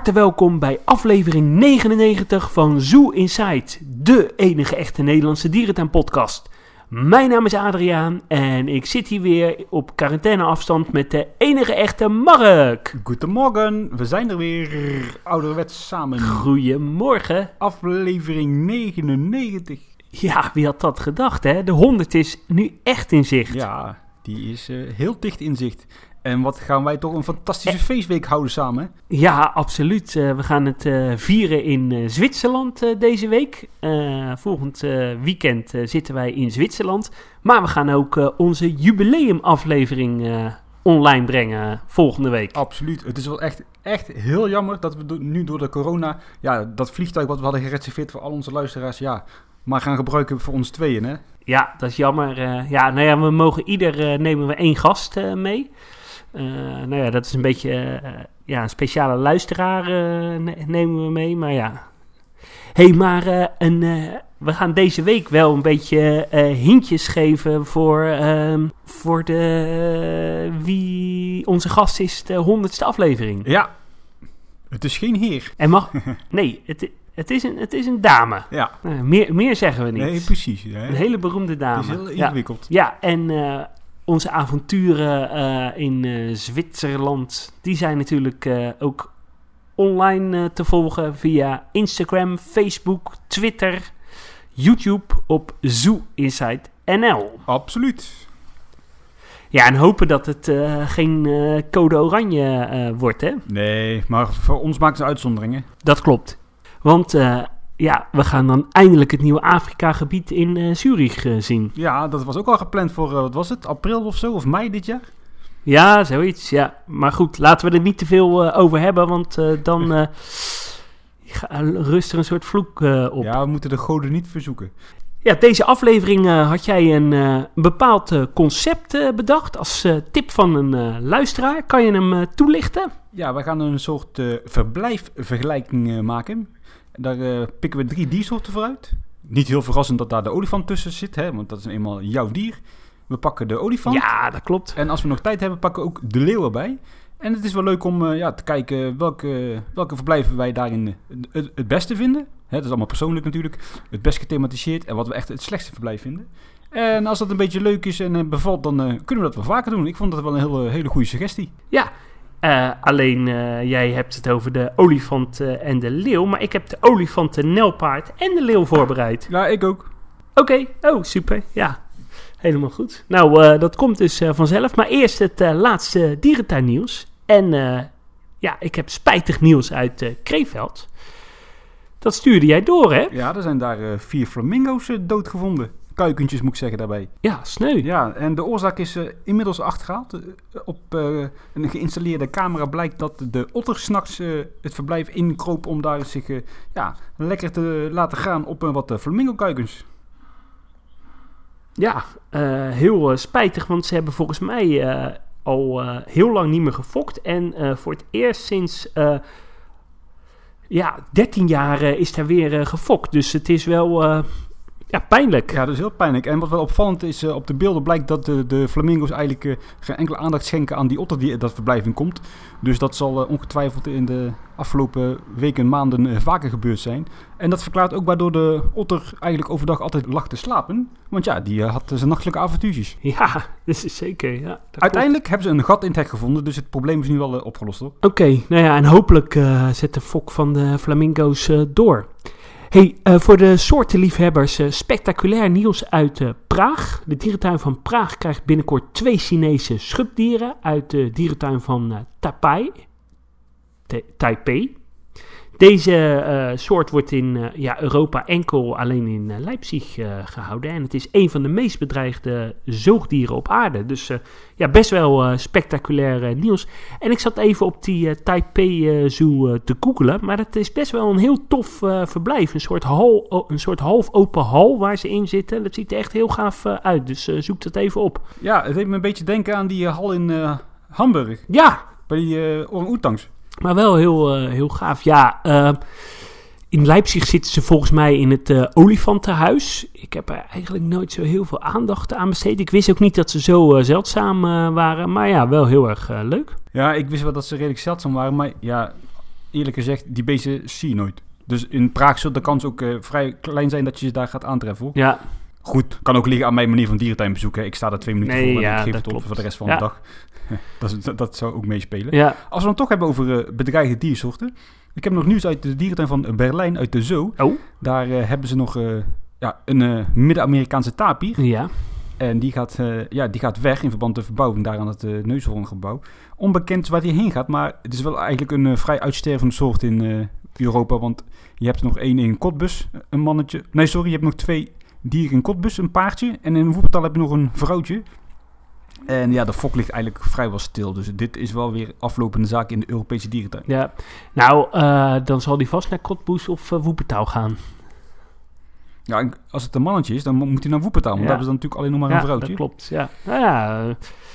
harte welkom bij aflevering 99 van Zoo Inside, de enige echte Nederlandse dierentuinpodcast. Mijn naam is Adriaan en ik zit hier weer op quarantaineafstand met de enige echte Mark. Goedemorgen, we zijn er weer, ouderwets samen. Goedemorgen. Aflevering 99. Ja, wie had dat gedacht, hè? De 100 is nu echt in zicht. Ja, die is heel dicht in zicht. En wat gaan wij toch een fantastische feestweek houden samen, hè? Ja, absoluut. We gaan het vieren in Zwitserland deze week. Volgend weekend zitten wij in Zwitserland. Maar we gaan ook onze jubileumaflevering online brengen volgende week. Absoluut. Het is wel echt heel jammer dat we nu door de corona... Ja, dat vliegtuig wat we hadden gereserveerd voor al onze luisteraars... Ja, maar gaan gebruiken voor ons tweeën, hè? Ja, dat is jammer. We mogen nemen we 1 gast mee. Dat is een beetje een speciale luisteraar nemen we mee, maar ja. We gaan deze week wel een beetje hintjes geven voor wie onze gast is, de 100ste aflevering. Ja, het is geen heer. Nee, het is een dame. Ja. Meer zeggen we niet. Nee, precies. Ja. Een hele beroemde dame. Het is heel ingewikkeld. Ja, en... onze avonturen in Zwitserland, die zijn natuurlijk ook online te volgen via Instagram, Facebook, Twitter, YouTube op Zoo Inside NL. Absoluut. Ja, en hopen dat het geen code oranje wordt, hè? Nee, maar voor ons maakt het uitzonderingen. Dat klopt. Want... we gaan dan eindelijk het nieuwe Afrika-gebied in Zurich zien. Ja, dat was ook al gepland voor, april of zo, of mei dit jaar? Ja, zoiets, ja. Maar goed, laten we er niet te veel over hebben, want dan rust er een soort vloek op. Ja, we moeten de goden niet verzoeken. Ja, deze aflevering had jij een bepaald concept bedacht als tip van een luisteraar. Kan je hem toelichten? Ja, we gaan een soort verblijfvergelijking maken. Daar pikken we 3 diersoorten voor uit. Niet heel verrassend dat daar de olifant tussen zit, hè, want dat is eenmaal jouw dier. We pakken de olifant. Ja, dat klopt. En als we nog tijd hebben, pakken we ook de leeuw erbij. En het is wel leuk om te kijken welke verblijven wij daarin het beste vinden. Hè, dat is allemaal persoonlijk natuurlijk. Het best gethematiseerd en wat we echt het slechtste verblijf vinden. En als dat een beetje leuk is en bevalt, dan kunnen we dat wel vaker doen. Ik vond dat wel een hele goede suggestie. Ja. Alleen jij hebt het over de olifant en de leeuw. Maar ik heb de olifant, de nijlpaard en de leeuw voorbereid. Ja, ik ook. Oké. Oh, super. Ja, helemaal goed. Nou, dat komt dus vanzelf. Maar eerst het laatste dierentuinnieuws. En ik heb spijtig nieuws uit Krefeld. Dat stuurde jij door, hè? Ja, er zijn daar 4 flamingo's doodgevonden. Kuikentjes moet ik zeggen daarbij. Ja, sneu. Ja, en de oorzaak is inmiddels achtergehaald. Op een geïnstalleerde camera blijkt dat de otter 's nachts het verblijf inkroop om daar zich lekker te laten gaan op wat flamingo-kuikens. Ja, heel spijtig, want ze hebben volgens mij al heel lang niet meer gefokt. En voor het eerst sinds 13 jaar is daar weer gefokt. Dus het is wel... pijnlijk. Ja, dat is heel pijnlijk. En wat wel opvallend is, op de beelden blijkt dat de flamingo's eigenlijk geen enkele aandacht schenken aan die otter die dat verblijf in komt. Dus dat zal ongetwijfeld in de afgelopen weken en maanden vaker gebeurd zijn. En dat verklaart ook waardoor de otter eigenlijk overdag altijd lag te slapen. Want ja, die had zijn nachtelijke avontuurtjes. Ja, dat is zeker. Ja, uiteindelijk hebben ze een gat in het hek gevonden, dus het probleem is nu wel opgelost, hoor. Oké, en hopelijk zet de fok van de flamingo's door. Voor de soortenliefhebbers spectaculair nieuws uit Praag. De dierentuin van Praag krijgt binnenkort 2 Chinese schubdieren uit de dierentuin van Taipei. Deze soort wordt in Europa enkel alleen in Leipzig gehouden. En het is een van de meest bedreigde zoogdieren op aarde. Dus best wel spectaculair nieuws. En ik zat even op die Taipei Zoo te googlen. Maar dat is best wel een heel tof verblijf. Een soort half open hal waar ze in zitten. Dat ziet er echt heel gaaf uit. Dus zoek dat even op. Ja, het deed me een beetje denken aan die hal in Hamburg. Ja. Bij die orang-oetangs. Maar wel heel gaaf. Ja, in Leipzig zitten ze volgens mij in het olifantenhuis. Ik heb er eigenlijk nooit zo heel veel aandacht aan besteed. Ik wist ook niet dat ze zo zeldzaam waren. Maar ja, wel heel erg leuk. Ja, ik wist wel dat ze redelijk zeldzaam waren. Maar ja, eerlijk gezegd, die beesten zie je nooit. Dus in Praag zult de kans ook vrij klein zijn dat je ze daar gaat aantreffen, hoor. Ja. Goed, kan ook liggen aan mijn manier van dierentuinbezoek. Hè. Ik sta daar 2 minuten voor en ik geef het op klopt. voor de rest van de dag. Dat zou ook meespelen. Ja. Als we dan toch hebben over bedreigde diersoorten. Ik heb nog nieuws uit de dierentuin van Berlijn, uit de zoo. Oh. Daar hebben ze nog een Midden-Amerikaanse tapir. Ja. En die gaat weg in verband met de verbouwing daar aan het neushoorngebouw. Onbekend waar die heen gaat, maar het is wel eigenlijk een vrij uitstervende soort in Europa. Want je hebt nog 1 in Cottbus, een mannetje. Nee, sorry, je hebt nog 2 dieren in Cottbus, een paardje. En in Wuppertal heb je nog een vrouwtje. En ja, de fok ligt eigenlijk vrijwel stil. Dus dit is wel weer aflopende zaak in de Europese dierentuin. Ja. Nou, dan zal die vast naar Cottbus of Wuppertal gaan. Ja, als het een mannetje is, dan moet hij naar Wuppertal. Want daar hebben ze dan natuurlijk alleen nog maar een vrouwtje. Dat klopt, ja. Nou ja,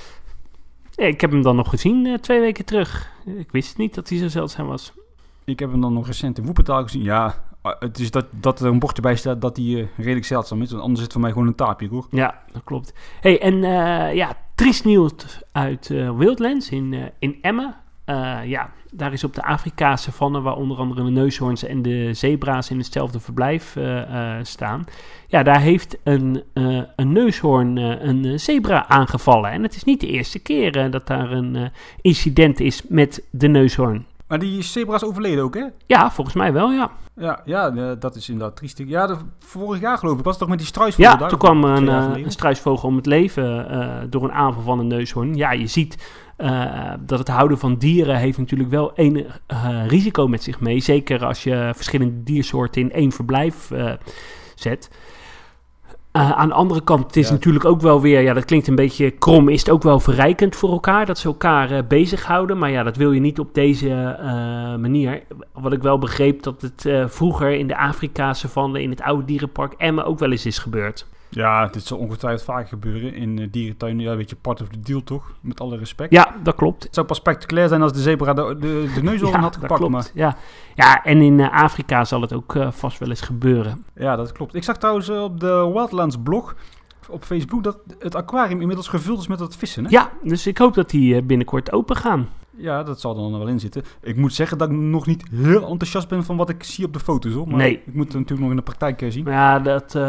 ik heb hem dan nog gezien 2 weken terug. Ik wist niet dat hij zo zeldzaam was. Ik heb hem dan nog recent in Wuppertal gezien. Ja, het is dat er een bordje bij staat dat hij redelijk zeldzaam is. Want anders is het voor mij gewoon een tapir, hoor. Ja, dat klopt. Hey, en triest nieuws uit Wildlands in Emmen. Daar is op de Afrika-savanne, waar onder andere de neushoorns en de zebra's in hetzelfde verblijf staan. Ja, daar heeft een neushoorn een zebra aangevallen. En het is niet de eerste keer dat daar een incident is met de neushoorn. Maar die zebra's overleden ook, hè? Ja, volgens mij wel, ja. Ja, dat is inderdaad triestig. Ja, vorig jaar geloof ik was het toch met die struisvogel? Ja, toen kwam een struisvogel om het leven door een aanval van een neushoorn. Ja, je ziet dat het houden van dieren heeft natuurlijk wel enig risico met zich mee. Zeker als je verschillende diersoorten in 1 verblijf zet. Aan de andere kant, het is natuurlijk ook wel weer, dat klinkt een beetje krom, is het ook wel verrijkend voor elkaar, dat ze elkaar bezighouden. Maar ja, dat wil je niet op deze manier. Wat ik wel begreep, dat het vroeger in de Afrika-savanne, in het oude dierenpark Emmen ook wel eens is gebeurd. Ja, dit zal ongetwijfeld vaak gebeuren in dierentuinen. Ja, weet je, part of the deal toch? Met alle respect. Ja, dat klopt. Het zou pas spectaculair zijn als de zebra de neushoorn had gepakt. Dat klopt. Maar. Ja, en in Afrika zal het ook vast wel eens gebeuren. Ja, dat klopt. Ik zag trouwens op de Wildlands blog op Facebook dat het aquarium inmiddels gevuld is met dat vissen, hè? Ja, dus ik hoop dat die binnenkort open gaan. Ja, dat zal er dan wel in zitten. Ik moet zeggen dat ik nog niet heel enthousiast ben van wat ik zie op de foto's, hoor. Maar nee. Ik moet het natuurlijk nog in de praktijk zien. Ja,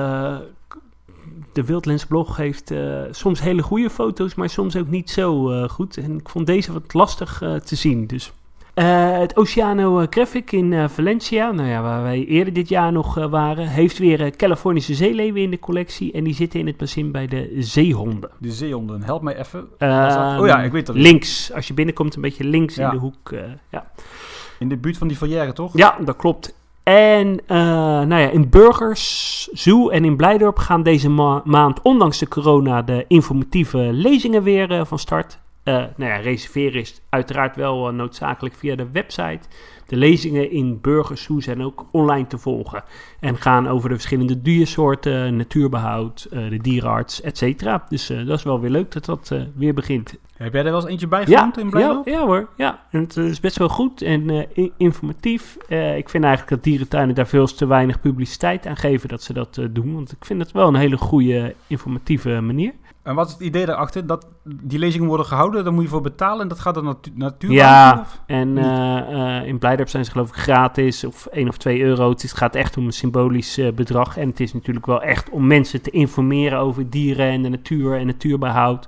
de Wildlands blog heeft soms hele goede foto's, maar soms ook niet zo goed. En ik vond deze wat lastig te zien. Dus. Het Oceanographic in Valencia, waar wij eerder dit jaar nog waren, heeft weer Californische zeeleeuwen in de collectie. En die zitten in het bassin bij de zeehonden. De zeehonden, help mij even. Ik weet dat. Links, als je binnenkomt een beetje links in de hoek. In de buurt van die volière, toch? Ja, dat klopt. En in Burgers Zoo en in Blijdorp gaan deze maand, ondanks de corona, de informatieve lezingen weer van start. Reserveren is uiteraard wel noodzakelijk via de website. De lezingen in Burgers Zoo zijn ook online te volgen. En gaan over de verschillende diersoorten, natuurbehoud, de dierenarts, etc. Dus dat is wel weer leuk dat dat weer begint. Heb jij er wel eens eentje bij gewoond in Blijdorp? Ja hoor. Ja. En het is best wel goed en informatief. Ik vind eigenlijk dat dierentuinen daar veel te weinig publiciteit aan geven dat ze dat doen. Want ik vind het wel een hele goede informatieve manier. En wat is het idee daarachter? Dat die lezingen worden gehouden, daar moet je voor betalen en dat gaat dan natuur. Ja, en in Blijdorp zijn ze geloof ik gratis of 1 of 2 euro. Het gaat echt om een symbolisch bedrag. En het is natuurlijk wel echt om mensen te informeren over dieren en de natuur en natuurbehoud.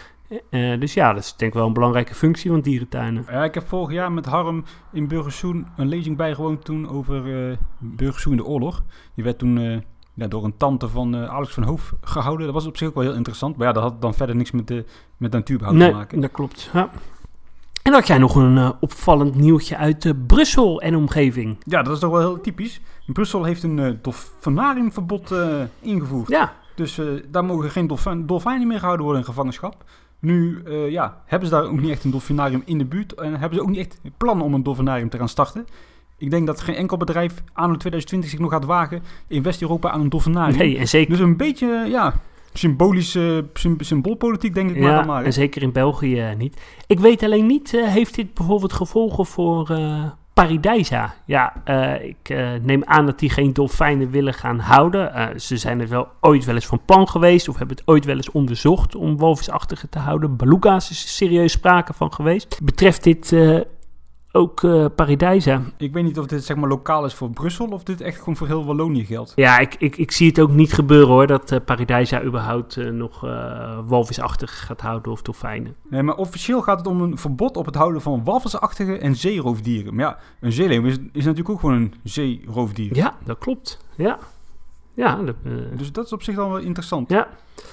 Dus ja, dat is denk ik wel een belangrijke functie van dierentuinen. Ja, ik heb vorig jaar met Harm in Burgersoen een lezing bijgewoond toen over Burgersoen in de oorlog. Die werd toen door een tante van Alex van Hoof gehouden. Dat was op zich ook wel heel interessant. Maar ja, dat had dan verder niks met natuurbehoud te maken. Nee, dat klopt. Ja. En dan had jij nog een opvallend nieuwtje uit Brussel en omgeving. Ja, dat is toch wel heel typisch. Brussel heeft een dolfinariumverbod ingevoerd. Ja. Dus daar mogen geen dolfijnen meer gehouden worden in gevangenschap. Nu hebben ze daar ook niet echt een dolfinarium in de buurt. En hebben ze ook niet echt plannen om een dolfinarium te gaan starten. Ik denk dat geen enkel bedrijf anno 2020 zich nog gaat wagen in West-Europa aan een dolfinarium. Nee, en zeker. Dus een beetje, symbolische symboolpolitiek denk ik maar dan maar. En zeker in België niet. Ik weet alleen niet, heeft dit bijvoorbeeld gevolgen voor Paradijsa? Ja, ik neem aan dat die geen dolfijnen willen gaan houden. Ze zijn er wel ooit wel eens van plan geweest of hebben het ooit wel eens onderzocht om walvisachtige te houden. Beluga's is er serieus sprake van geweest. Betreft dit ook Paradijsa. Ik weet niet of dit zeg maar lokaal is voor Brussel of dit echt gewoon voor heel Wallonië geldt. Ja, ik zie het ook niet gebeuren hoor, dat Paradijsa überhaupt nog walvisachtig gaat houden of dolfijnen. Nee, maar officieel gaat het om een verbod op het houden van walvisachtige en zeeroofdieren. Maar ja, een zeeleeuw is natuurlijk ook gewoon een zeeroofdier. Ja, dat klopt. Ja. Dus dat is op zich dan wel interessant. Ja.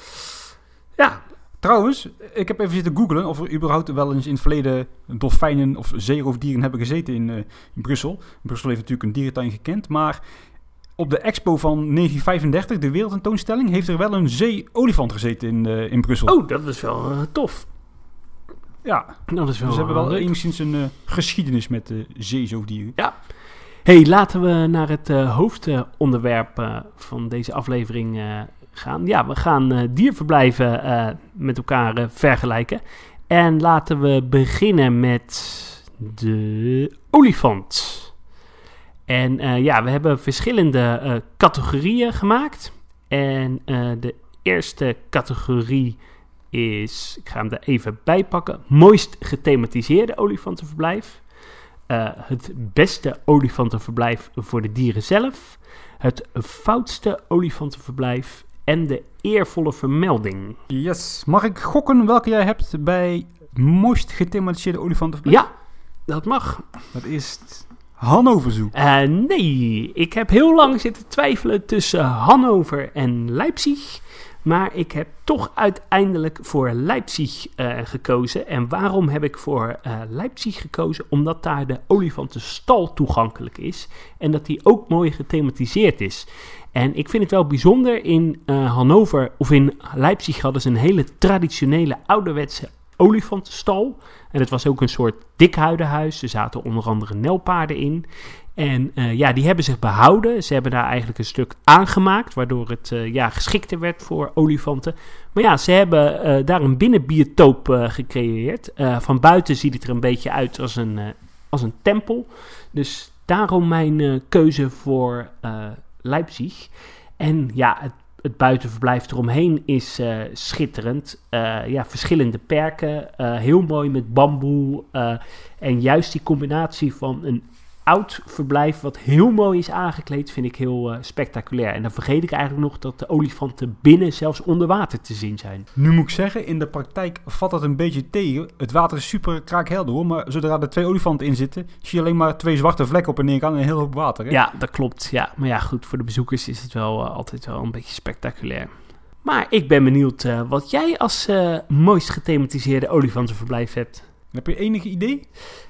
Trouwens, ik heb even zitten googlen of er überhaupt wel eens in het verleden dolfijnen of zeeroofdieren hebben gezeten in Brussel. Brussel heeft natuurlijk een dierentuin gekend, maar op de expo van 1935, de wereldtentoonstelling, heeft er wel een zeeolifant gezeten in Brussel. Oh, dat is wel tof. Ja, Dat is wel dus ze hebben wel leuk. enigszins een geschiedenis met zeezoogdieren. Ja. Hey, laten we naar het hoofdonderwerp van deze aflevering gaan. Ja, we gaan dierverblijven met elkaar vergelijken. En laten we beginnen met de olifant. En we hebben verschillende categorieën gemaakt. En de eerste categorie is, ik ga hem er even bij pakken, mooist gethematiseerde olifantenverblijf. Het beste olifantenverblijf voor de dieren zelf. Het foutste olifantenverblijf. En de eervolle vermelding. Yes. Mag ik gokken welke jij hebt bij mooist gethematiseerde olifantenverblijf? Ja, dat mag. Dat is Hannover Zoo. Nee, ik heb heel lang zitten twijfelen tussen Hannover en Leipzig. Maar ik heb toch uiteindelijk voor Leipzig gekozen. En waarom heb ik voor Leipzig gekozen? Omdat daar de olifantenstal toegankelijk is. En dat die ook mooi gethematiseerd is. En ik vind het wel bijzonder, in Hannover of in Leipzig hadden ze een hele traditionele ouderwetse olifantenstal. En het was ook een soort dikhuidenhuis. Er zaten onder andere nelpaarden in. En die hebben zich behouden. Ze hebben daar eigenlijk een stuk aangemaakt, waardoor het geschikter werd voor olifanten. Maar ja, ze hebben daar een binnenbiotoop gecreëerd. Van buiten ziet het er een beetje uit als een tempel. Dus daarom mijn keuze voor Leipzig. En ja, het buitenverblijf eromheen is schitterend. Verschillende perken, heel mooi met bamboe. En juist die combinatie van een oud verblijf wat heel mooi is aangekleed, vind ik heel spectaculair. En dan vergeet ik eigenlijk nog dat de olifanten binnen zelfs onder water te zien zijn. Nu moet ik zeggen, in de praktijk valt dat een beetje tegen. Het water is super kraakhelder hoor, maar zodra er 2 olifanten in zitten, zie je alleen maar 2 zwarte vlekken op en neer gaan en een hele hoop water. Hè? Ja, dat klopt. Ja. Maar ja, goed, voor de bezoekers is het wel altijd wel een beetje spectaculair. Maar ik ben benieuwd wat jij als mooist gethematiseerde olifantenverblijf hebt. Heb je enige idee?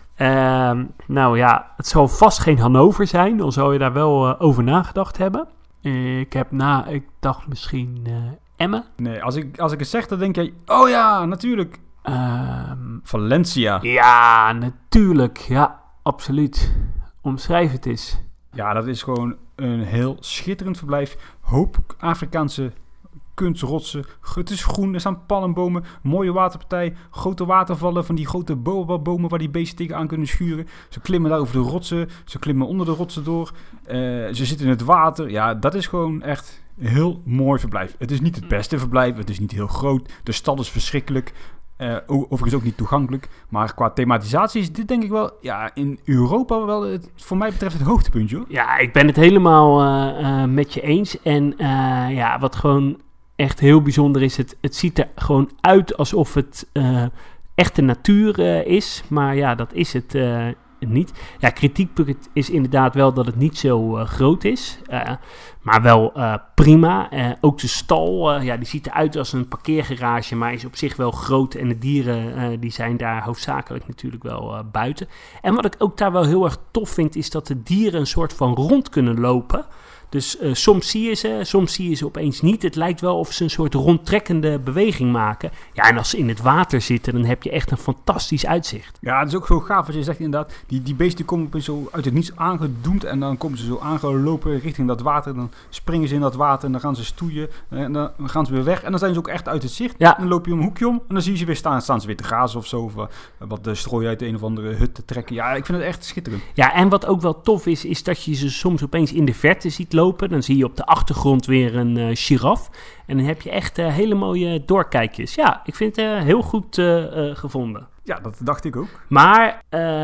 Het zal vast geen Hannover zijn, dan zou je daar wel over nagedacht hebben. Ik dacht misschien Emmen. Nee, als ik het zeg, dan denk jij, oh ja, natuurlijk. Valencia. Ja, natuurlijk. Ja, absoluut. Omschrijf het eens. Ja, dat is gewoon een heel schitterend verblijf. Hoop Afrikaanse kunstrotsen. Het is groen, er staan palmbomen, mooie waterpartij, grote watervallen van die grote bomen waar die beesten tegenaan kunnen schuren. Ze klimmen daar over de rotsen, ze klimmen onder de rotsen door. Ze zitten in het water. Ja, dat is gewoon echt een heel mooi verblijf. Het is niet het beste verblijf, het is niet heel groot. De stal is verschrikkelijk. Overigens ook niet toegankelijk. Maar qua thematisatie is dit denk ik wel in Europa wel voor mij betreft het hoogtepuntje hoor. Ja, ik ben het helemaal met je eens. En wat gewoon echt heel bijzonder is, het ziet er gewoon uit alsof het echte natuur is. Maar ja, dat is het niet. Ja, kritiekpunt is inderdaad wel dat het niet zo groot is. Maar wel prima. Ook de stal, die ziet eruit als een parkeergarage, maar is op zich wel groot. En de dieren die zijn daar hoofdzakelijk natuurlijk wel buiten. En wat ik ook daar wel heel erg tof vind, is dat de dieren een soort van rond kunnen lopen. Dus soms zie je ze opeens niet. Het lijkt wel of ze een soort rondtrekkende beweging maken. Ja, en als ze in het water zitten, dan heb je echt een fantastisch uitzicht. Ja, het is ook zo gaaf wat je zegt inderdaad. Die beesten komen opeens zo uit het niets aangedoemd en dan komen ze zo aangelopen richting dat water. Dan springen ze in dat water en dan gaan ze stoeien en dan gaan ze weer weg. En dan zijn ze ook echt uit het zicht. Ja. Dan loop je om een hoekje om en dan zie je ze weer staan. Staan ze weer te grazen of zo. Of wat strooi uit de een of andere hut te trekken. Ja, ik vind het echt schitterend. Ja, en wat ook wel tof is dat je ze soms opeens in de verte ziet lopen. Dan zie je op de achtergrond weer een giraf. En dan heb je echt hele mooie doorkijkjes. Ja, ik vind het heel goed gevonden. Ja, dat dacht ik ook. Maar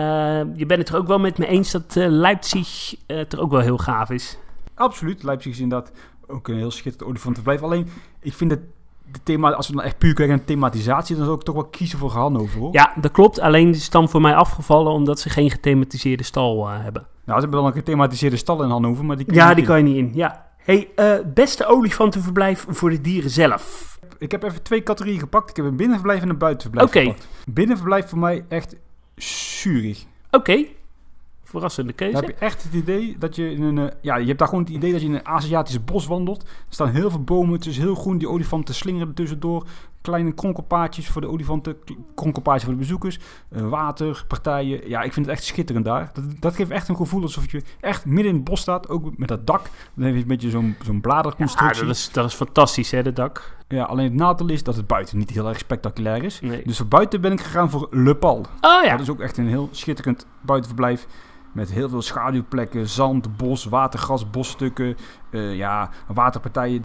je bent het er ook wel met me eens dat Leipzig er ook wel heel gaaf is. Absoluut. Leipzig is inderdaad ook een heel schitterend olifantenverblijf. Alleen, ik vind het thema, als we dan echt puur kijken naar thematisatie, dan zou ik toch wel kiezen voor Hannover, hoor. Ja, dat klopt. Alleen is het dan voor mij afgevallen omdat ze geen gethematiseerde stal hebben. Nou, ze hebben wel een gethematiseerde stal in Hannover, maar die kan je niet in. Ja. Hey, beste olifantenverblijf voor de dieren zelf. Ik heb even 2 categorieën gepakt. Ik heb een binnenverblijf en een buitenverblijf gepakt. Binnenverblijf voor mij echt Zurich. Oké. Verrassende keuze. Dan heb je echt het idee dat je je hebt daar gewoon het idee dat je in een Aziatisch bos wandelt. Er staan heel veel bomen, het is heel groen, die olifanten slingeren er tussendoor. Kleine kronkelpaadjes voor de olifanten, kronkelpaadjes voor de bezoekers, waterpartijen. Ja, ik vind het echt schitterend daar. Dat geeft echt een gevoel alsof je echt midden in het bos staat, ook met dat dak. Dan heb je een beetje zo'n bladerconstructie. Ja, dat is fantastisch, hè, dat dak. Ja, alleen het nadeel is dat het buiten niet heel erg spectaculair is. Nee. Dus voor buiten ben ik gegaan voor Le Pal. Oh ja. Dat is ook echt een heel schitterend buitenverblijf. Met heel veel schaduwplekken, zand, bos, watergras, bosstukken, waterpartijen.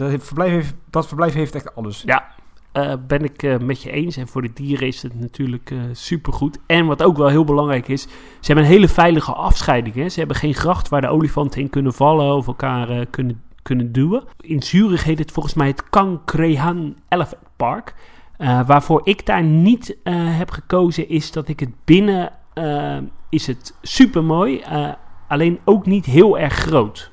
Dat verblijf heeft echt alles. Ja, ben ik met je eens. En voor de dieren is het natuurlijk supergoed. En wat ook wel heel belangrijk is, ze hebben een hele veilige afscheiding. Hè? Ze hebben geen gracht waar de olifanten in kunnen vallen of elkaar kunnen duwen. In Zurich heet het volgens mij het Cancrehan Elephant Park. Waarvoor ik daar niet heb gekozen is dat ik het binnen... is het super mooi, alleen ook niet heel erg groot.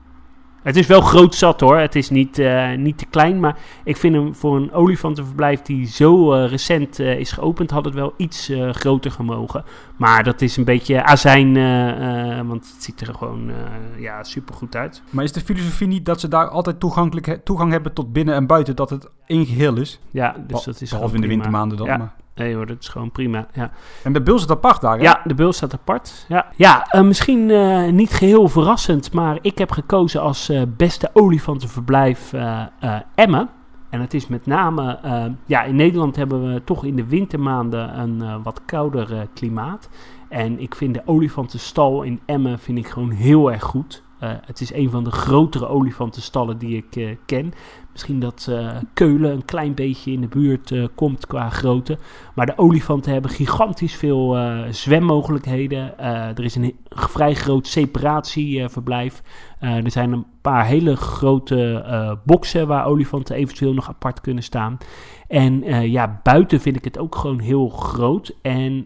Het is wel groot zat hoor, het is niet te klein, maar ik vind hem voor een olifantenverblijf die zo recent is geopend, had het wel iets groter gemogen. Maar dat is een beetje azijn, want het ziet er gewoon super goed uit. Maar is de filosofie niet dat ze daar altijd toegang hebben tot binnen en buiten, dat het één geheel is? Ja, dus dat is behalve in de wintermaanden dan. Ja. Maar. Nee hoor, dat is gewoon prima. Ja. En de bul staat apart daar, hè? Ja, de bul staat apart. Ja, misschien niet geheel verrassend, maar ik heb gekozen als beste olifantenverblijf Emmen. En het is met name... in Nederland hebben we toch in de wintermaanden een wat kouder klimaat. En ik vind de olifantenstal in Emmen vind ik gewoon heel erg goed. Het is een van de grotere olifantenstallen die ik ken. Misschien dat Keulen een klein beetje in de buurt komt qua grootte. Maar de olifanten hebben gigantisch veel zwemmogelijkheden. Er is een vrij groot separatieverblijf. Er zijn een paar hele grote boksen waar olifanten eventueel nog apart kunnen staan. En buiten vind ik het ook gewoon heel groot. En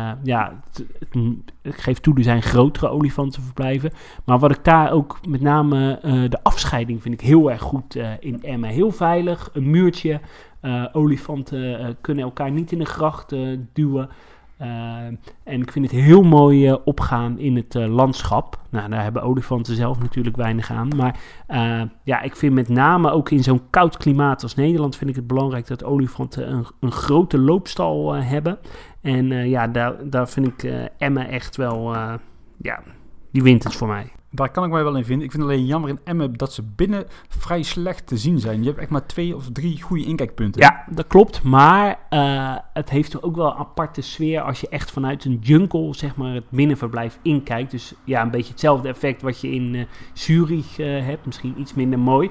ik geef toe, er zijn grotere olifantenverblijven. Maar wat ik daar ook met name de afscheiding vind ik heel erg goed in Emmen. Heel veilig, een muurtje. Olifanten kunnen elkaar niet in de gracht duwen. En ik vind het heel mooi opgaan in het landschap. Nou, daar hebben olifanten zelf natuurlijk weinig aan. Maar ik vind met name ook in zo'n koud klimaat als Nederland... vind ik het belangrijk dat olifanten een grote loopstal hebben. En daar vind ik Emmen echt wel... die wint het voor mij. Daar kan ik mij wel in vinden. Ik vind het alleen jammer in Emmen dat ze binnen vrij slecht te zien zijn. Je hebt echt maar 2 of 3 goede inkijkpunten. Ja, dat klopt. Maar het heeft toch ook wel een aparte sfeer als je echt vanuit een jungle, zeg maar, het binnenverblijf inkijkt. Dus ja, een beetje hetzelfde effect wat je in Zurich hebt. Misschien iets minder mooi.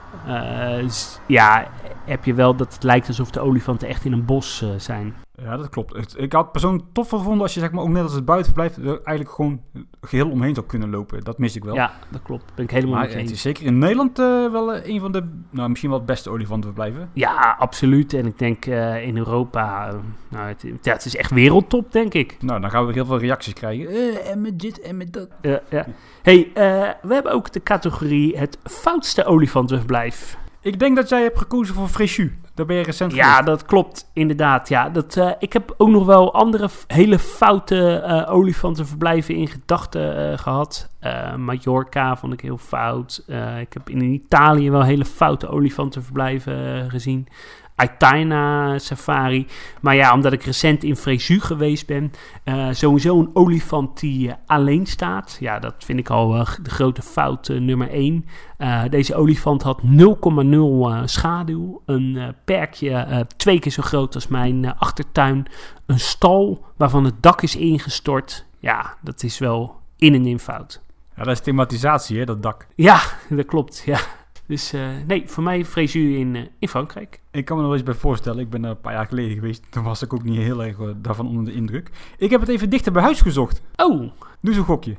Heb je wel dat het lijkt alsof de olifanten echt in een bos zijn. Ja, dat klopt. Ik had het persoonlijk tof gevonden als je, zeg maar, ook net als het buitenverblijf er eigenlijk gewoon geheel omheen zou kunnen lopen. Dat mis ik wel. Ja, dat klopt. Ben ik helemaal mee eens. Het is zeker in Nederland wel een van de, misschien wel het beste olifantenverblijven. Ja, absoluut. En ik denk in Europa, het is echt wereldtop, denk ik. Nou, dan gaan we heel veel reacties krijgen. En met dit en met dat. Ja. Hey, we hebben ook de categorie het foutste olifantenverblijf. Ik denk dat jij hebt gekozen voor Fréjus. Daar ben je recent geweest. Ja, dat klopt. Inderdaad. Ja, ik heb ook nog wel andere hele foute olifantenverblijven in gedachten gehad. Mallorca vond ik heel fout. Ik heb in Italië wel hele foute olifantenverblijven gezien. Aitana Safari. Maar ja, omdat ik recent in Fréjus geweest ben, sowieso een olifant die alleen staat. Ja, dat vind ik al de grote fout nummer 1. Deze olifant had 0,0 schaduw. Een perkje 2 keer zo groot als mijn achtertuin. Een stal waarvan het dak is ingestort. Ja, dat is wel in en in fout. Ja, dat is thematisatie, hè, dat dak. Ja, dat klopt, ja. Dus nee, voor mij Fréjus in Frankrijk. Ik kan me er wel eens bij voorstellen. Ik ben daar een paar jaar geleden geweest. Toen was ik ook niet heel erg daarvan onder de indruk. Ik heb het even dichter bij huis gezocht. Oh. Doe eens een gokje.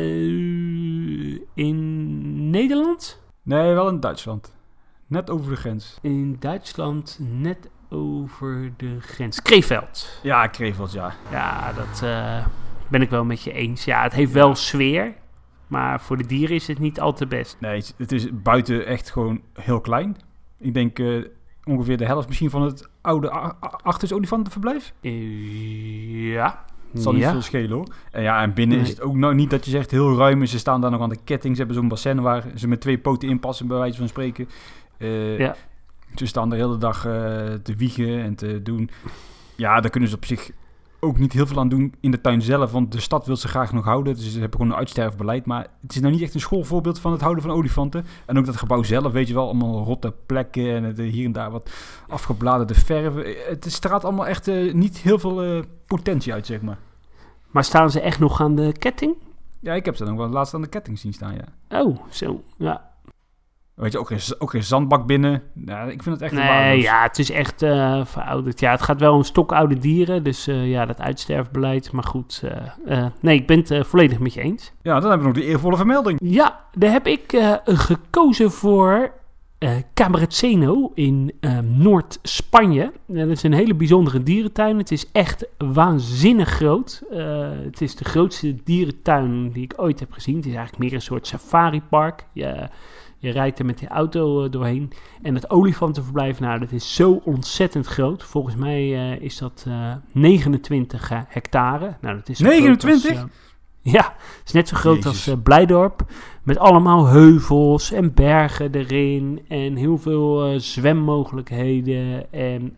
In Nederland? Nee, wel in Duitsland. Net over de grens. In Duitsland, net over de grens. Krefeld. Ja, Krefeld, ja. Ja, dat ben ik wel met je eens. Ja, het heeft wel sfeer. Maar voor de dieren is het niet al te best. Nee, het is buiten echt gewoon heel klein. Ik denk ongeveer de helft misschien van het oude Achters olifantenverblijf. Ja. Het zal niet veel schelen hoor. En binnen is het ook nou niet dat je zegt heel ruim. En ze staan daar nog aan de ketting. Ze hebben zo'n bassin waar ze met 2 poten inpassen, bij wijze van spreken. Ze staan de hele dag te wiegen en te doen. Ja, daar kunnen ze op zich ook niet heel veel aan doen in de tuin zelf. Want de stad wil ze graag nog houden. Dus ze hebben gewoon een uitsterfbeleid. Maar het is nou niet echt een schoolvoorbeeld van het houden van olifanten. En ook dat gebouw zelf, weet je wel. Allemaal rotte plekken en hier en daar wat afgebladerde verf. Het straalt allemaal echt niet heel veel potentie uit, zeg maar. Maar staan ze echt nog aan de ketting? Ja, ik heb ze nog wel laatst aan de ketting zien staan, ja. Oh, zo, ja. Weet je, ook geen zandbak binnen. Ja, ik vind het echt waardeloos. Ja, het is echt verouderd. Ja, het gaat wel om stokoude dieren. Dus dat uitsterfbeleid. Maar goed, nee, ik ben het volledig met je eens. Ja, dan hebben we nog de eervolle vermelding. Ja, daar heb ik gekozen voor Cambreceno in Noord-Spanje. Dat is een hele bijzondere dierentuin. Het is echt waanzinnig groot. Het is de grootste dierentuin die ik ooit heb gezien. Het is eigenlijk meer een soort safaripark. Je rijdt er met de auto doorheen. En het olifantenverblijf, nou, dat is zo ontzettend groot. Volgens mij is dat 29 hectare. Nou, dat is 29? Ja, het is net zo groot als Blijdorp. Met allemaal heuvels en bergen erin. En heel veel zwemmogelijkheden. En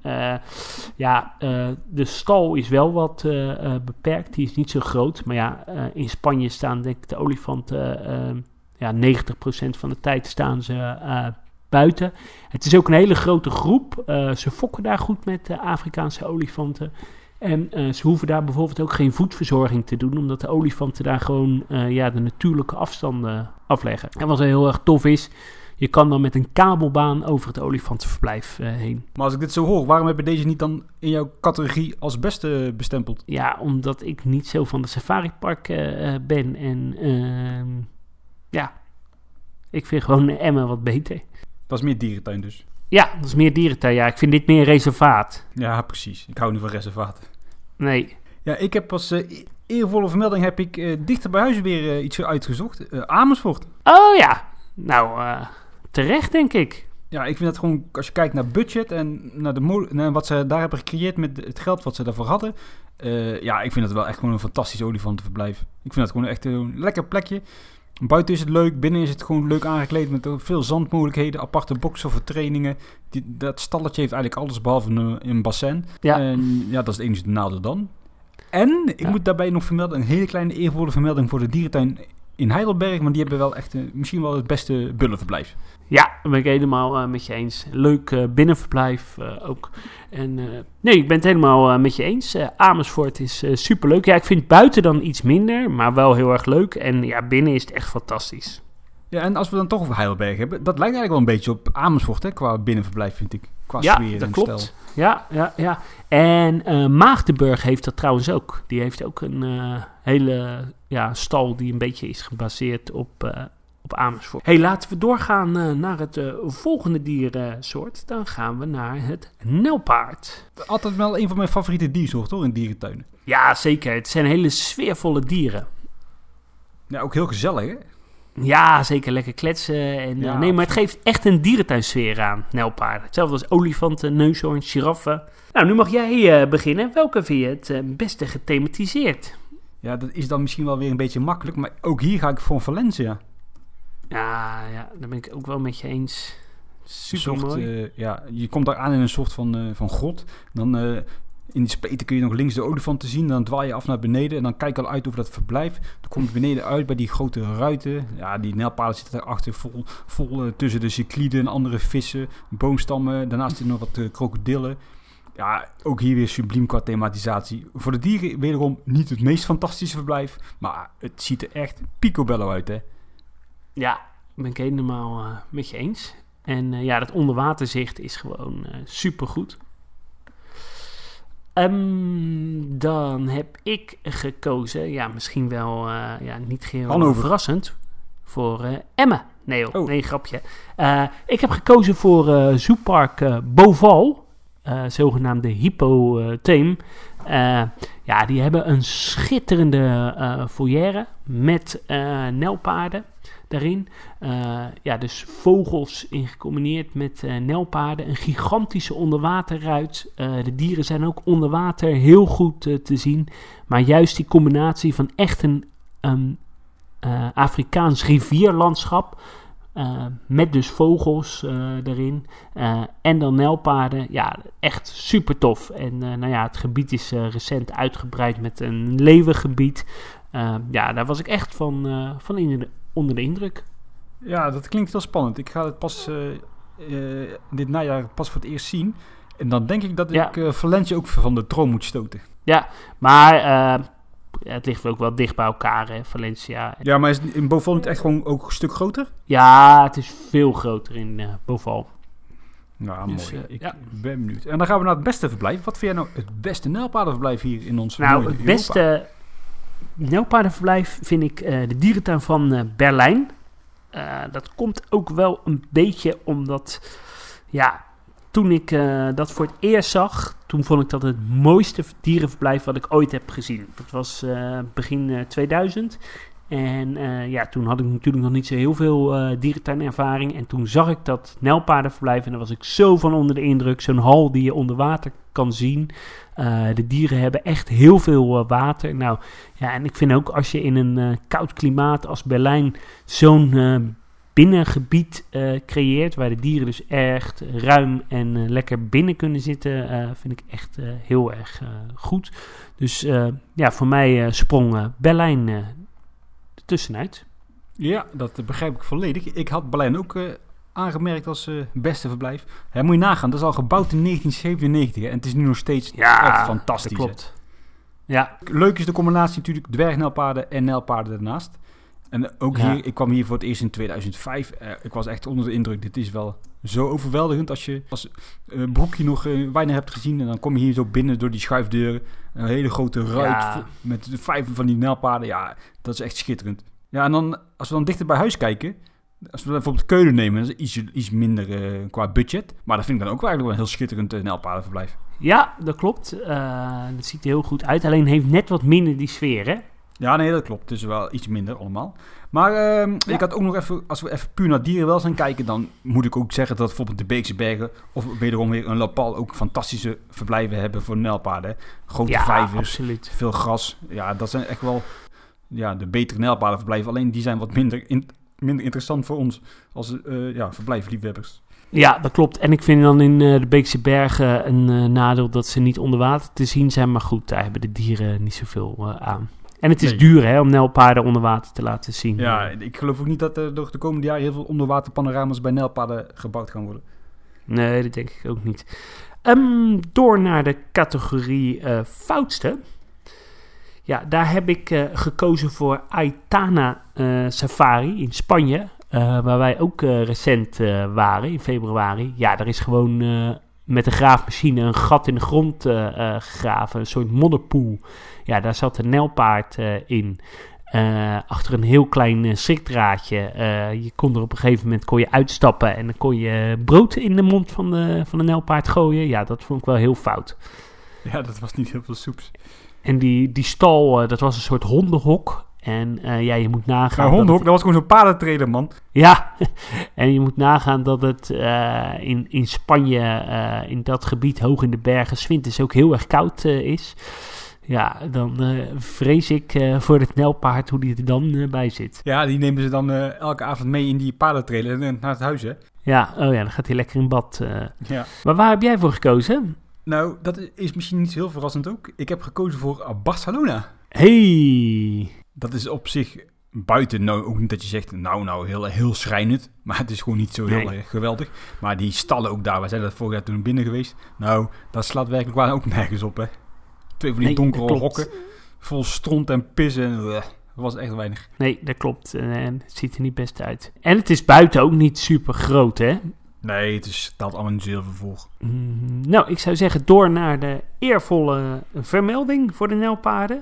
de stal is wel wat beperkt. Die is niet zo groot. Maar ja, in Spanje staan denk ik de olifanten... 90% van de tijd staan ze buiten. Het is ook een hele grote groep. Ze fokken daar goed met de Afrikaanse olifanten. En ze hoeven daar bijvoorbeeld ook geen voedverzorging te doen, omdat de olifanten daar gewoon de natuurlijke afstanden afleggen. En wat heel erg tof is, je kan dan met een kabelbaan over het olifantenverblijf heen. Maar als ik dit zo hoor, waarom heb je deze niet dan in jouw categorie als beste bestempeld? Ja, omdat ik niet zo van de safaripark ben en... ik vind gewoon Emmen wat beter. Dat is meer dierentuin dus? Ja, dat is meer dierentuin. Ja, ik vind dit meer reservaat. Ja, precies. Ik hou niet van reservaten. Nee. Ja, ik heb als eervolle vermelding heb ik dichter bij huis weer iets uitgezocht. Amersfoort. Oh ja. Nou, terecht denk ik. Ja, ik vind dat gewoon, als je kijkt naar budget en naar wat ze daar hebben gecreëerd met het geld wat ze daarvoor hadden. Ik vind het wel echt gewoon een fantastisch olifantenverblijf. Ik vind dat gewoon echt een lekker plekje. Buiten is het leuk, binnen is het gewoon leuk aangekleed met veel zandmogelijkheden, aparte boxen voor trainingen. Dat stalletje heeft eigenlijk alles behalve een bassin. Ja. En ja, dat is het enige nadeel dan. En ik moet daarbij nog vermelden, een hele kleine eervolle vermelding voor de dierentuin in Heidelberg, maar die hebben wel echt misschien wel het beste bullenverblijf. Ja, dat ben ik helemaal met je eens. Leuk binnenverblijf ook. En nee, ik ben het helemaal met je eens. Amersfoort is superleuk. Ja, ik vind buiten dan iets minder, maar wel heel erg leuk. En ja, binnen is het echt fantastisch. Ja, en als we dan toch over Heidelberg hebben, dat lijkt eigenlijk wel een beetje op Amersfoort, hè, qua binnenverblijf, vind ik. Qua sfeer dat en klopt. stijl. Ja. En Maagdenburg heeft dat trouwens ook. Die heeft ook een hele stal die een beetje is gebaseerd op Amersfoort. Hey, laten we doorgaan naar het volgende diersoort. Dan gaan we naar het nijlpaard. Altijd wel een van mijn favoriete diersoorten, hoor, in dierentuinen. Ja, zeker. Het zijn hele sfeervolle dieren. Ja, ook heel gezellig, hè? Ja, zeker. Lekker kletsen. En, nee, maar het geeft echt een dierentuinsfeer aan, nijlpaarden. Hetzelfde als olifanten, neushoorns, giraffen. Nou, nu mag jij beginnen. Welke vind je het beste gethematiseerd? Ja, dat is dan misschien wel weer een beetje makkelijk. Maar ook hier ga ik voor Valencia. Ja, daar ben ik ook wel met je eens. Super mooi. Je komt daar aan in een soort van grot. Dan in die spleten kun je nog links de olifanten zien. Dan dwaal je af naar beneden en dan kijk je al uit over dat verblijf. Dan kom je beneden uit bij die grote ruiten. Ja, die nijlpaarden zitten daarachter vol tussen de cycliden en andere vissen, boomstammen. Daarnaast zitten nog wat krokodillen. Ja, ook hier weer subliem qua thematisatie. Voor de dieren wederom niet het meest fantastische verblijf, maar het ziet er echt picobello uit, hè? Ja, ben ik helemaal met je eens. En dat onderwaterzicht is gewoon supergoed. Dan heb ik gekozen, misschien wel niet heel verrassend, voor Emmen. Nee, grapje. Ik heb gekozen voor Zoopark Beauval, zogenaamde Hippotheem. Die hebben een schitterende foyer met nijlpaarden daarin. Dus vogels in gecombineerd met nijlpaarden. Een gigantische onderwaterruit. De dieren zijn ook onder water heel goed te zien. Maar juist die combinatie van echt een Afrikaans rivierlandschap. Met dus vogels erin. En dan nijlpaarden. Ja, echt super tof. En het gebied is recent uitgebreid met een leeuwengebied. Daar was ik echt van onder de indruk. Ja, dat klinkt wel spannend. Ik ga het pas dit najaar pas voor het eerst zien. En dan denk ik dat ik Valencia ook van de troon moet stoten. Ja, maar het ligt ook wel dicht bij elkaar, hè, Valencia. Ja, maar is in Beauval niet echt gewoon ook een stuk groter? Ja, het is veel groter in Beauval. Nou, dus, mooi. Ik ben benieuwd. En dan gaan we naar het beste verblijf. Wat vind jij nou het beste nijlpaardenverblijf hier in ons mooie het beste nijlpaardenverblijf vind ik de dierentuin van Berlijn. Dat komt ook wel een beetje omdat, toen ik dat voor het eerst zag, toen vond ik dat het mooiste dierenverblijf wat ik ooit heb gezien. Dat was begin 2000. En toen had ik natuurlijk nog niet zo heel veel dierentuinervaring. En toen zag ik dat nijlpaardenverblijf en daar was ik zo van onder de indruk. Zo'n hal die je onder water kan zien. De dieren hebben echt heel veel water. Nou, en ik vind ook als je in een koud klimaat als Berlijn zo'n binnengebied creëert, waar de dieren dus echt ruim en lekker binnen kunnen zitten, vind ik echt heel erg goed. Dus voor mij sprong Berlijn tussenuit. Ja, dat begrijp ik volledig. Ik had Berlijn ook aangemerkt als beste verblijf. Moet je nagaan, dat is al gebouwd in 1997 en het is nu nog steeds echt fantastisch. Dat klopt. Ja. Leuk is de combinatie natuurlijk dwergnijlpaarden en nijlpaarden ernaast. En ook hier, ik kwam hier voor het eerst in 2005. Ik was echt onder de indruk. Dit is wel zo overweldigend als je als broekje nog weinig hebt gezien. En dan kom je hier zo binnen door die schuifdeuren. Een hele grote ruit met 5 van die nijlpaarden. Ja, dat is echt schitterend. Ja, en dan als we dan dichter bij huis kijken. Als we bijvoorbeeld Keulen nemen, dat is iets minder qua budget. Maar dat vind ik dan ook wel eigenlijk wel een heel schitterend nijlpaardenverblijf. Ja, dat klopt. Dat ziet er heel goed uit. Alleen heeft net wat minder die sfeer, hè? Ja, nee, dat klopt. Het is wel iets minder allemaal. Maar ik had ook nog even, als we even puur naar dierenwelzijn kijken, dan moet ik ook zeggen dat bijvoorbeeld de Beekse Bergen of wederom weer een La Pal ook fantastische verblijven hebben voor nijlpaarden. Grote vijvers, absoluut. Veel gras. Ja, dat zijn echt wel de betere nijlpaardenverblijven. Alleen die zijn wat minder interessant voor ons als verblijfliefhebbers. Ja, dat klopt. En ik vind dan in de Beekse Bergen een nadeel dat ze niet onder water te zien zijn. Maar goed, daar hebben de dieren niet zoveel aan. En het is duur om nijlpaarden onder water te laten zien. Ja, ik geloof ook niet dat er door de komende jaren heel veel onderwaterpanorama's bij nijlpaarden gebouwd gaan worden. Nee, dat denk ik ook niet. Door naar de categorie foutste. Ja, daar heb ik gekozen voor Aitana Safari in Spanje. Waar wij ook recent waren in februari. Ja, daar is gewoon met een graafmachine een gat in de grond gegraven. Een soort modderpoel. Ja, daar zat een nijlpaard in. Achter een heel klein schrikdraadje. Je kon er op een gegeven moment uitstappen. En dan kon je brood in de mond van de nijlpaard gooien. Ja, dat vond ik wel heel fout. Ja, dat was niet heel veel soeps. En die stal, dat was een soort hondenhok. En je moet nagaan... Nou, hondenhok, dat was gewoon zo'n paardentrailer, man. Ja, en je moet nagaan dat het in Spanje, in dat gebied hoog in de bergen, 's winters ook heel erg koud is. Ja, dan vrees ik voor het nijlpaard hoe die er dan bij zit. Ja, die nemen ze dan elke avond mee in die paardentrailer naar het huis, hè? Ja, dan gaat hij lekker in bad. Ja. Maar waar heb jij voor gekozen? Nou, dat is misschien niet heel verrassend ook. Ik heb gekozen voor Barcelona. Hey! Dat is op zich buiten nou ook niet dat je zegt, nou heel schrijnend. Maar het is gewoon niet zo heel erg geweldig. Maar die stallen ook daar, wij zijn dat vorig jaar toen binnen geweest. Nou, dat slaat werkelijk waar ook nergens op, hè. 2 van die donkere rokken, vol stront en pis en... dat was echt weinig. Nee, dat klopt. En het ziet er niet best uit. En het is buiten ook niet super groot, hè? Nee, het stelt allemaal niet zo heel veel voor. Nou, ik zou zeggen door naar de eervolle vermelding voor de nijlpaarden.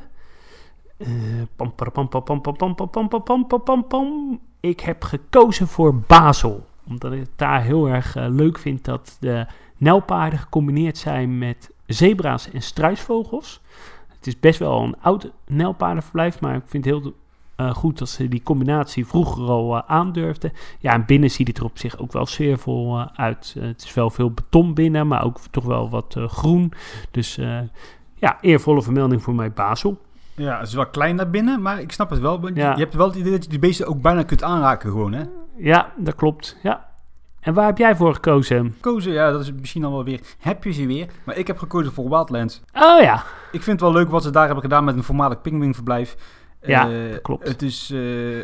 Ik heb gekozen voor Basel. Omdat ik het daar heel erg leuk vind dat de nijlpaarden gecombineerd zijn met zebra's en struisvogels. Het is best wel een oud nijlpaardenverblijf, maar ik vind het heel goed dat ze die combinatie vroeger al aandurfden. Ja, en binnen ziet het er op zich ook wel sfeervol uit. Het is wel veel beton binnen, maar ook toch wel wat groen. Dus ja, eervolle vermelding voor mij Basel. Ja, het is wel klein naar binnen, maar ik snap het wel. Je hebt wel het idee dat je die beesten ook bijna kunt aanraken gewoon, hè? Ja, dat klopt, ja. En waar heb jij voor gekozen? Ja, dat is misschien al wel weer... Heb je ze weer? Maar ik heb gekozen voor Wildlands. Oh ja. Ik vind het wel leuk wat ze daar hebben gedaan met een voormalig pinguïnverblijf. Ja, dat klopt. Het is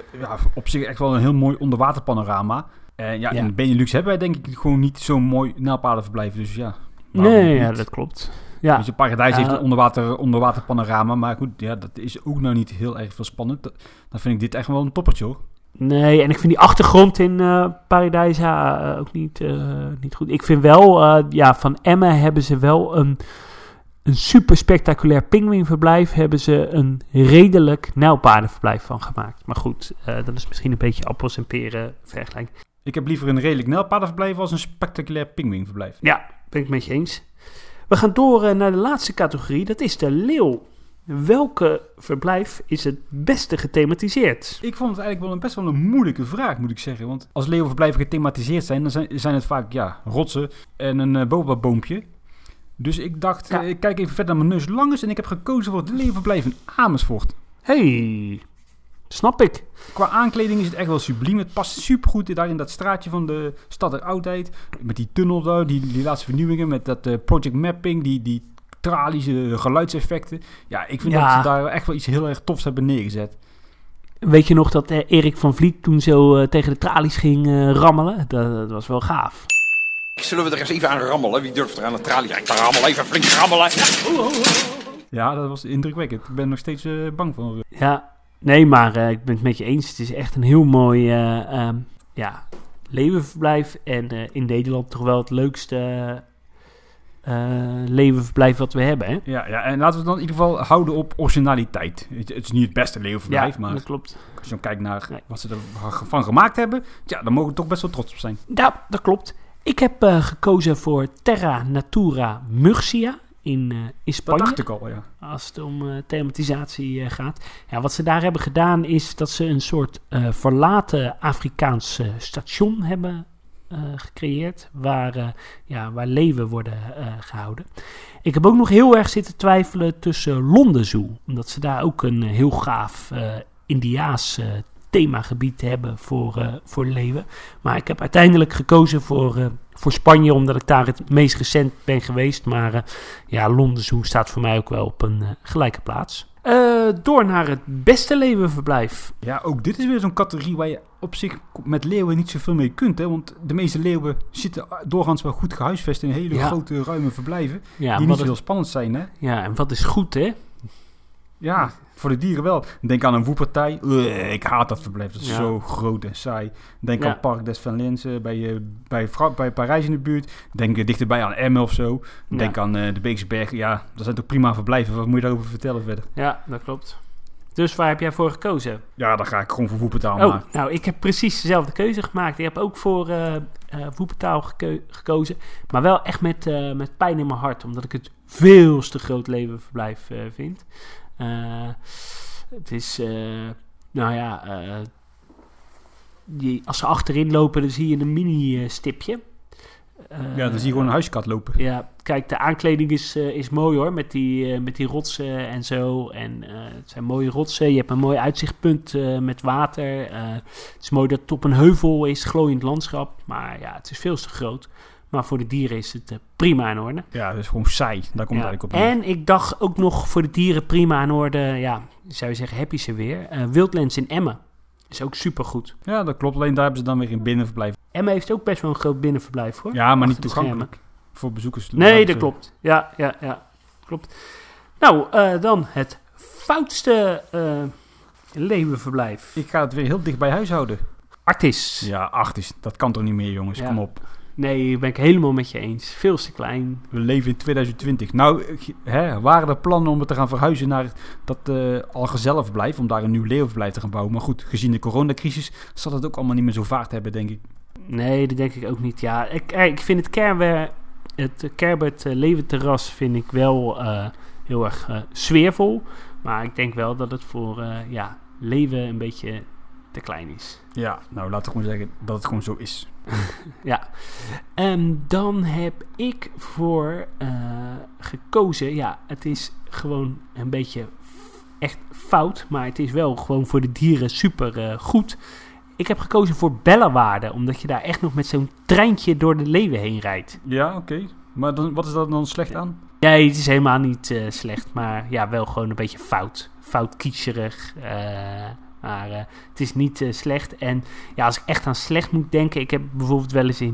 op zich echt wel een heel mooi onderwaterpanorama. In de Benelux hebben wij denk ik gewoon niet zo'n mooi nijlpaardenverblijf. Dus ja. Nee, ja, dat klopt. Ja. Dus Paradijs heeft een onderwater panorama. Maar goed, ja, dat is ook nou niet heel erg veel spannend. Dan vind ik dit echt wel een toppertje, hoor. Nee, en ik vind die achtergrond in Paradijs ook niet goed. Ik vind wel, van Emmen hebben ze wel een super spectaculair pinguïnverblijf. Hebben ze een redelijk nijlpaardenverblijf van gemaakt. Maar goed, dat is misschien een beetje appels en peren vergelijking. Ik heb liever een redelijk nijlpaardenverblijf als een spectaculair pinguïnverblijf. Ja, ben ik met je eens. We gaan door naar de laatste categorie. Dat is de leeuw. Welke verblijf is het beste gethematiseerd? Ik vond het eigenlijk best wel een moeilijke vraag, moet ik zeggen. Want als leeuwenverblijven gethematiseerd zijn, dan zijn het vaak rotsen en een bobaboompje. Dus ik dacht, ik kijk even verder naar mijn neus langs en ik heb gekozen voor het leeuwenverblijf in Amersfoort. Hey, snap ik. Qua aankleding is het echt wel subliem. Het past supergoed daar in dat straatje van de stad der oudheid. Met die tunnel daar, die laatste vernieuwingen, met dat project mapping, die tralies, geluidseffecten. Ja, ik vind dat ze daar echt wel iets heel erg tofs hebben neergezet. Weet je nog dat Erik van Vliet toen zo tegen de tralies ging rammelen? Dat was wel gaaf. Zullen we er eens even aan rammelen? Wie durft er aan de tralie te rammelen? Even flink rammelen. Ja, dat was indrukwekkend. Ik ben nog steeds bang van. Ja, nee, maar ik ben het met je eens. Het is echt een heel mooi leeuwenverblijf. En in Nederland toch wel het leukste leeuwenverblijf wat we hebben, hè? Ja, en laten we het dan in ieder geval houden op originaliteit. Het is niet het beste leeuwenverblijf, maar dat klopt. Als je dan kijkt naar wat ze ervan gemaakt hebben, dan mogen we toch best wel trots op zijn. Ja, dat klopt. Ik heb gekozen voor Terra Natura Murcia in Spanje. Dat dacht ik al, ja. Als het om thematisatie gaat. Ja, wat ze daar hebben gedaan is dat ze een soort verlaten Afrikaans station hebben gecreëerd. Waar leeuwen worden gehouden. Ik heb ook nog heel erg zitten twijfelen tussen Londen Zoo. Omdat ze daar ook een heel gaaf Indiaas themagebied hebben voor leeuwen. Maar ik heb uiteindelijk gekozen voor Spanje, omdat ik daar het meest recent ben geweest. Maar Londen Zoo staat voor mij ook wel op een gelijke plaats. Door naar het beste leeuwenverblijf. Ja, ook dit is weer zo'n categorie waar je op zich met leeuwen niet zoveel mee kunt. Hè? Want de meeste leeuwen zitten doorgaans wel goed gehuisvest in hele grote, ruime verblijven. Die niet zo heel spannend zijn, hè? Ja, en wat is goed, hè? Ja, voor de dieren wel. Denk aan een woepertij. Ik haat dat verblijf. Dat is zo groot en saai. Denk aan Parc des Valens bij Parijs in de buurt. Denk dichterbij aan Emmen of zo. Denk aan de Beekse Bergen. Ja, dat zijn toch prima verblijven. Wat moet je daarover vertellen verder? Ja, dat klopt. Dus waar heb jij voor gekozen? Ja, dan ga ik gewoon voor Woepertaal. Nou, ik heb precies dezelfde keuze gemaakt. Ik heb ook voor Woepertaal gekozen. Maar wel echt met pijn in mijn hart. Omdat ik het veel te groot leeuwenverblijf vind. Het is, als ze achterin lopen, dan zie je een mini-stipje. Dan zie je gewoon een huiskat lopen. Ja, kijk, de aankleding is mooi hoor, met die rotsen en zo. En het zijn mooie rotsen. Je hebt een mooi uitzichtpunt met water. Het is mooi dat het op een heuvel is, glooiend landschap. Maar ja, het is veel te groot. Maar voor de dieren is het prima in orde. Ja, het is gewoon saai. Daar komt het eigenlijk op neer. En ik dacht ook nog voor de dieren prima in orde. Ja, zou je zeggen, heb je ze weer. Wildlands in Emmen. Is ook supergoed. Ja, dat klopt. Alleen daar hebben ze dan weer een binnenverblijf. Emma heeft ook best wel een groot binnenverblijf, hoor. Ja, maar niet Achter de toegankelijk voor bezoekers. Nee, dat klopt. Ja. Klopt. Nou, dan het foutste leeuwenverblijf. Ik ga het weer heel dicht bij huis houden. Artis. Ja, 8 is. Dat kan toch niet meer, jongens? Ja. Kom op. Nee, ben ik helemaal met je eens. Veel te klein. We leven in 2020. Nou, waren er plannen om het te gaan verhuizen naar dat Algezellenverblijf, om daar een nieuw leeuwenverblijf te gaan bouwen. Maar goed, gezien de coronacrisis zal het ook allemaal niet meer zo vaart hebben, denk ik. Nee, dat denk ik ook niet. Ja, ik vind het Kerbert Leeuwenterras vind ik wel heel erg sfeervol. Maar ik denk wel dat het voor leeuwen een beetje te klein is. Ja, nou laten we gewoon zeggen dat het gewoon zo is. Ja. Dan heb ik voor gekozen. Ja, het is gewoon een beetje echt fout. Maar het is wel gewoon voor de dieren super goed. Ik heb gekozen voor Bellewaarde. Omdat je daar echt nog met zo'n treintje door de leeuwen heen rijdt. Ja, oké. Maar dan, wat is dat dan slecht aan? Nee, het is helemaal niet slecht. Maar ja, wel gewoon een beetje fout. Fout kietserig. Maar het is niet slecht. En ja, als ik echt aan slecht moet denken. Ik heb bijvoorbeeld wel eens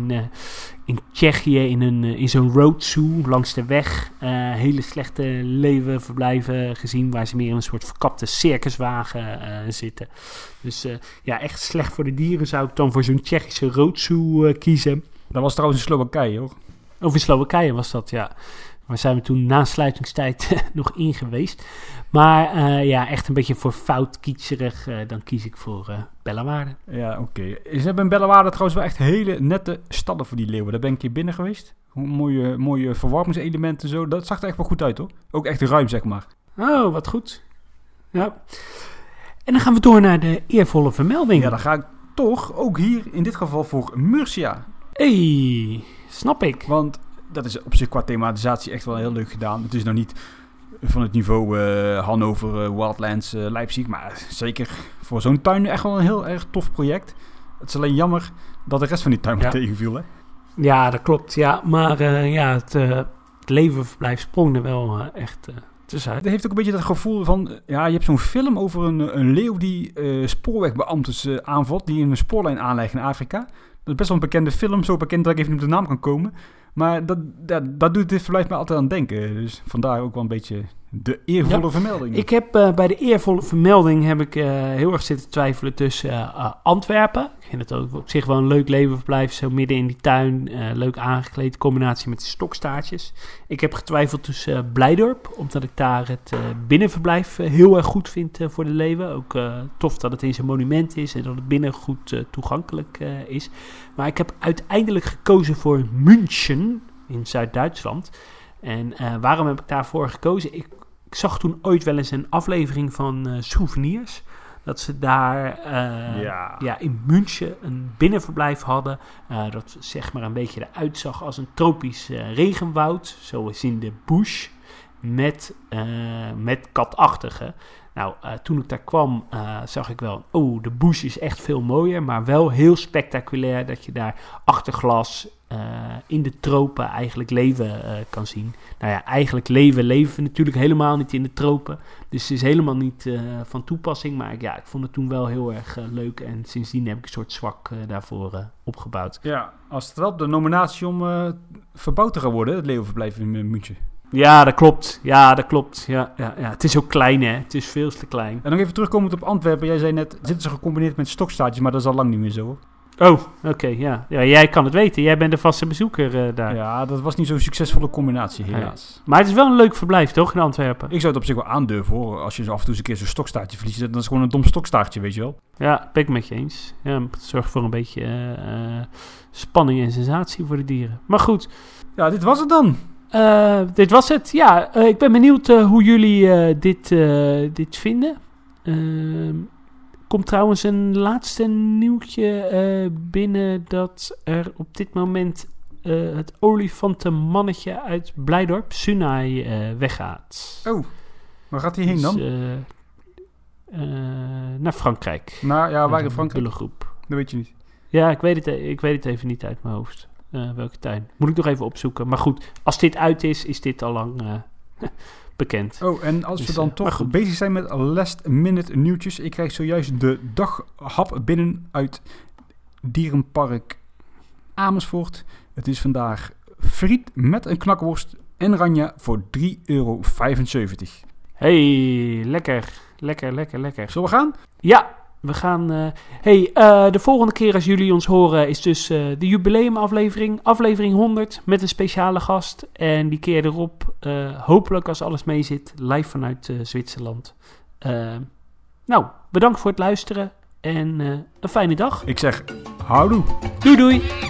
in Tsjechië in zo'n roadzoo langs de weg hele slechte leeuwenverblijven gezien. Waar ze meer in een soort verkapte circuswagen zitten. Dus ja, echt slecht voor de dieren zou ik dan voor zo'n Tsjechische roadzoo kiezen. Dat was trouwens in Slowakije, hoor. Of in Slowakije was dat, ja. Waar zijn we toen na sluitingstijd nog in geweest. Maar ja, echt een beetje voor fout kietserig. Dan kies ik voor Bellewaarde. Ja, oké. Ze hebben in Bellewaarde trouwens wel echt hele nette stallen voor die leeuwen. Daar ben ik een keer binnen geweest. Mooie verwarmingselementen en zo. Dat zag er echt wel goed uit, hoor. Ook echt ruim, zeg maar. Oh, wat goed. Ja. En dan gaan we door naar de eervolle vermelding. Ja, dan ga ik toch ook hier in dit geval voor Murcia. Hey, snap ik. Want dat is op zich qua thematisatie echt wel heel leuk gedaan. Het is nou niet van het niveau Hannover, Wildlands, Leipzig. Maar zeker voor zo'n tuin echt wel een heel erg tof project. Het is alleen jammer dat de rest van die tuin maar tegenviel, hè? Ja, dat klopt. Ja, maar het leeuwenverblijf sprong er wel echt tussenuit. Het heeft ook een beetje dat gevoel van... Ja, je hebt zo'n film over een leeuw die spoorwegbeambtes aanvalt. Die een spoorlijn aanlegt in Afrika. Dat is best wel een bekende film. Zo bekend dat ik even niet op de naam kan komen. Maar dat doet dit verblijf me altijd aan denken. Dus vandaar ook wel een beetje de eervolle vermelding. Ik heb bij de eervolle vermelding heel erg zitten twijfelen tussen Antwerpen. Ik vind het ook op zich wel een leuk leeuwenverblijf. Zo midden in die tuin. Leuk aangekleed. In combinatie met de stokstaartjes. Ik heb getwijfeld tussen Blijdorp. Omdat ik daar het binnenverblijf heel erg goed vind voor de leeuwen. Ook tof dat het in zijn monument is. En dat het binnen goed toegankelijk is. Maar ik heb uiteindelijk gekozen voor München in Zuid-Duitsland. En waarom heb ik daarvoor gekozen? Ik zag toen ooit wel eens een aflevering van Souvenirs. Dat ze daar in München een binnenverblijf hadden. Dat zeg maar een beetje eruit zag als een tropisch regenwoud. Zoals in de bush. Met katachtige. Nou, toen ik daar kwam, zag ik wel... Oh, de bush is echt veel mooier. Maar wel heel spectaculair dat je daar achter glas... in de tropen eigenlijk leven kan zien. Nou ja, eigenlijk leven natuurlijk helemaal niet in de tropen. Dus het is helemaal niet van toepassing. Maar ik vond het toen wel heel erg leuk. En sindsdien heb ik een soort zwak daarvoor opgebouwd. Ja, als het wel op de nominatie om verbouwd te gaan worden... het leeuwenverblijf in München. Ja, dat klopt. Ja. Het is ook klein, hè. Het is veel te klein. En nog even terugkomend op Antwerpen. Jij zei net, zitten ze gecombineerd met stokstaartjes... maar dat is al lang niet meer zo, hoor. Oh, oké, ja. Jij kan het weten. Jij bent de vaste bezoeker daar. Ja, dat was niet zo'n succesvolle combinatie, helaas. Ja. Maar het is wel een leuk verblijf, toch, in Antwerpen? Ik zou het op zich wel aandurven, hoor. Als je zo af en toe eens een keer zo'n stokstaartje verliest... dan is het gewoon een dom stokstaartje, weet je wel. Ja, ben ik met je eens. Ja, het zorgt voor een beetje spanning en sensatie voor de dieren. Maar goed. Ja, dit was het dan. Dit was het. Ja, ik ben benieuwd hoe jullie dit vinden. Komt trouwens een laatste nieuwtje binnen dat er op dit moment het olifantenmannetje uit Blijdorp, Sunai, weggaat. Oh, waar gaat hij heen dan? Naar Frankrijk. Nou ja, waar in Frankrijk? Bullengroep. Dat weet je niet. Ja, ik weet het even niet uit mijn hoofd. Welke tuin? Moet ik nog even opzoeken. Maar goed, als dit uit is dit al lang bekend. Oh, en als Dus, we dan maar toch goed. bezig zijn met last minute nieuwtjes. Ik krijg zojuist de daghap binnen uit Dierenpark Amersfoort. Het is vandaag friet met een knakworst en ranja voor €3,75. Hey, lekker. Zullen we gaan? Ja, we gaan... de volgende keer als jullie ons horen is dus de jubileumaflevering. Aflevering 100 met een speciale gast. En die keer erop, hopelijk als alles mee zit, live vanuit Zwitserland. Bedankt voor het luisteren en een fijne dag. Ik zeg houdoe. Doei doei!